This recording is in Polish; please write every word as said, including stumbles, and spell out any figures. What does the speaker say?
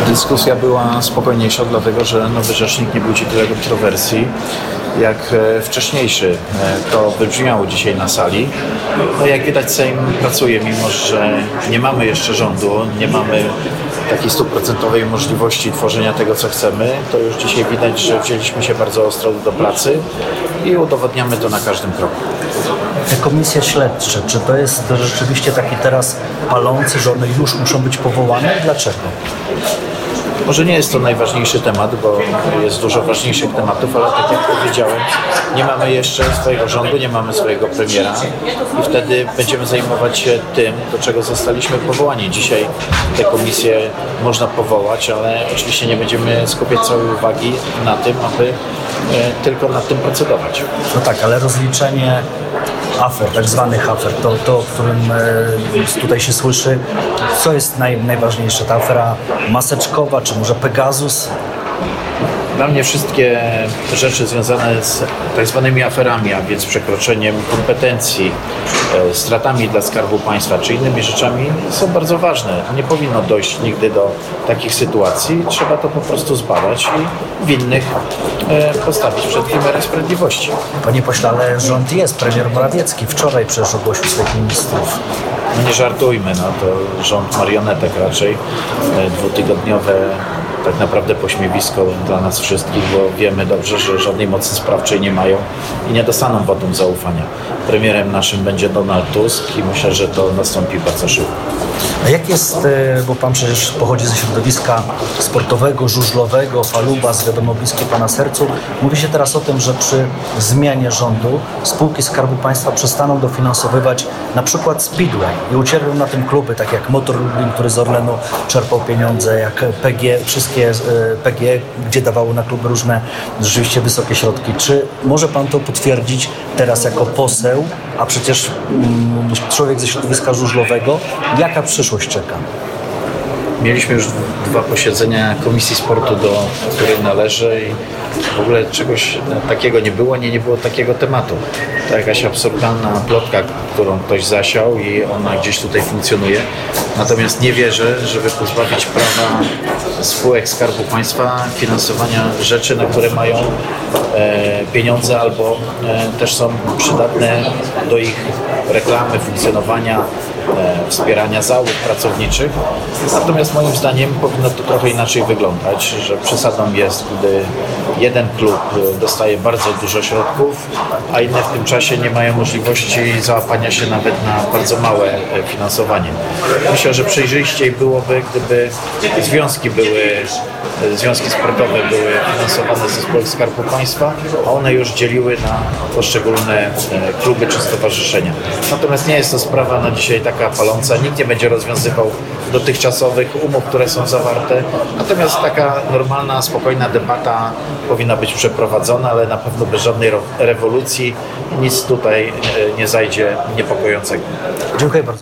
Dyskusja była spokojniejsza, dlatego że nowy rzecznik nie budzi tyle kontrowersji jak wcześniejszy. To wybrzmiało dzisiaj na sali. No jak widać, Sejm pracuje, mimo że nie mamy jeszcze rządu, nie mamy takiej stuprocentowej możliwości tworzenia tego, co chcemy, to już dzisiaj widać, że wzięliśmy się bardzo ostro do pracy i udowodniamy to na każdym kroku. Te komisje śledcze, czy to jest rzeczywiście taki teraz palący, że one już muszą być powołane? Dlaczego? Może nie jest to najważniejszy temat, bo jest dużo ważniejszych tematów, ale tak jak powiedziałem, nie mamy jeszcze swojego rządu, nie mamy swojego premiera i wtedy będziemy zajmować się tym, do czego zostaliśmy powołani. Dzisiaj te komisje można powołać, ale oczywiście nie będziemy skupiać całej uwagi na tym, aby e, tylko nad tym procedować. No tak, ale rozliczenie afer, tak zwanych afer, to, to o którym e, tutaj się słyszy, co jest naj, najważniejsze? Ta afera maseczkowa, czy może Pegasus? Dla mnie wszystkie rzeczy związane z tak zwanymi aferami, a więc przekroczeniem kompetencji, e, stratami dla Skarbu Państwa czy innymi rzeczami są bardzo ważne. Nie powinno dojść nigdy do takich sytuacji. Trzeba to po prostu zbadać i winnych e, postawić przed wymiarem sprawiedliwości. Panie pośle, ale rząd jest. Premier Morawiecki wczoraj przecież ogłosił swoich ministrów. No nie żartujmy, no to rząd marionetek raczej, e, dwutygodniowe tak naprawdę pośmiewisko dla nas wszystkich, bo wiemy dobrze, że żadnej mocy sprawczej nie mają i nie dostaną wotum zaufania. Premierem naszym będzie Donald Tusk i myślę, że to nastąpi bardzo szybko. A jak jest, bo pan przecież pochodzi ze środowiska sportowego, żużlowego, Falubas, wiadomo, bliskie pana sercu. Mówi się teraz o tym, że przy zmianie rządu spółki Skarbu Państwa przestaną dofinansowywać na przykład Speedway i ucierpią na tym kluby, tak jak Motor Lublin, który z Orlenu czerpał pieniądze, jak P G, wszystkie P G, gdzie dawało na kluby różne rzeczywiście wysokie środki. Czy może pan to potwierdzić teraz jako poseł, a przecież mm, człowiek ze środowiska żużlowego, jaka przyszłość czeka? Mieliśmy już dwa posiedzenia Komisji Sportu, do której należę i w ogóle czegoś takiego nie było, nie, nie było takiego tematu. To jakaś absurdalna plotka, którą ktoś zasiał i ona gdzieś tutaj funkcjonuje. Natomiast nie wierzę, żeby pozbawić prawa spółek Skarbu Państwa finansowania rzeczy, na które mają e, pieniądze albo e, też są przydatne do ich reklamy, funkcjonowania, e, wspierania załóg pracowniczych. Natomiast moim zdaniem powinno to trochę inaczej wyglądać, że przesadą jest, gdy jeden klub dostaje bardzo dużo środków, a inne w tym czasie nie mają możliwości załapania się nawet na bardzo małe finansowanie. Myślę, że przejrzyściej byłoby, gdyby związki były, związki sportowe były finansowane ze spółek Skarbu Państwa, a one już dzieliły na poszczególne kluby czy stowarzyszenia. Natomiast nie jest to sprawa na dzisiaj taka paląca. Nikt nie będzie rozwiązywał dotychczasowych umów, które są zawarte. Natomiast taka normalna, spokojna debata powinna być przeprowadzona, ale na pewno bez żadnej rewolucji nic tutaj nie zajdzie niepokojącego. Dziękuję bardzo.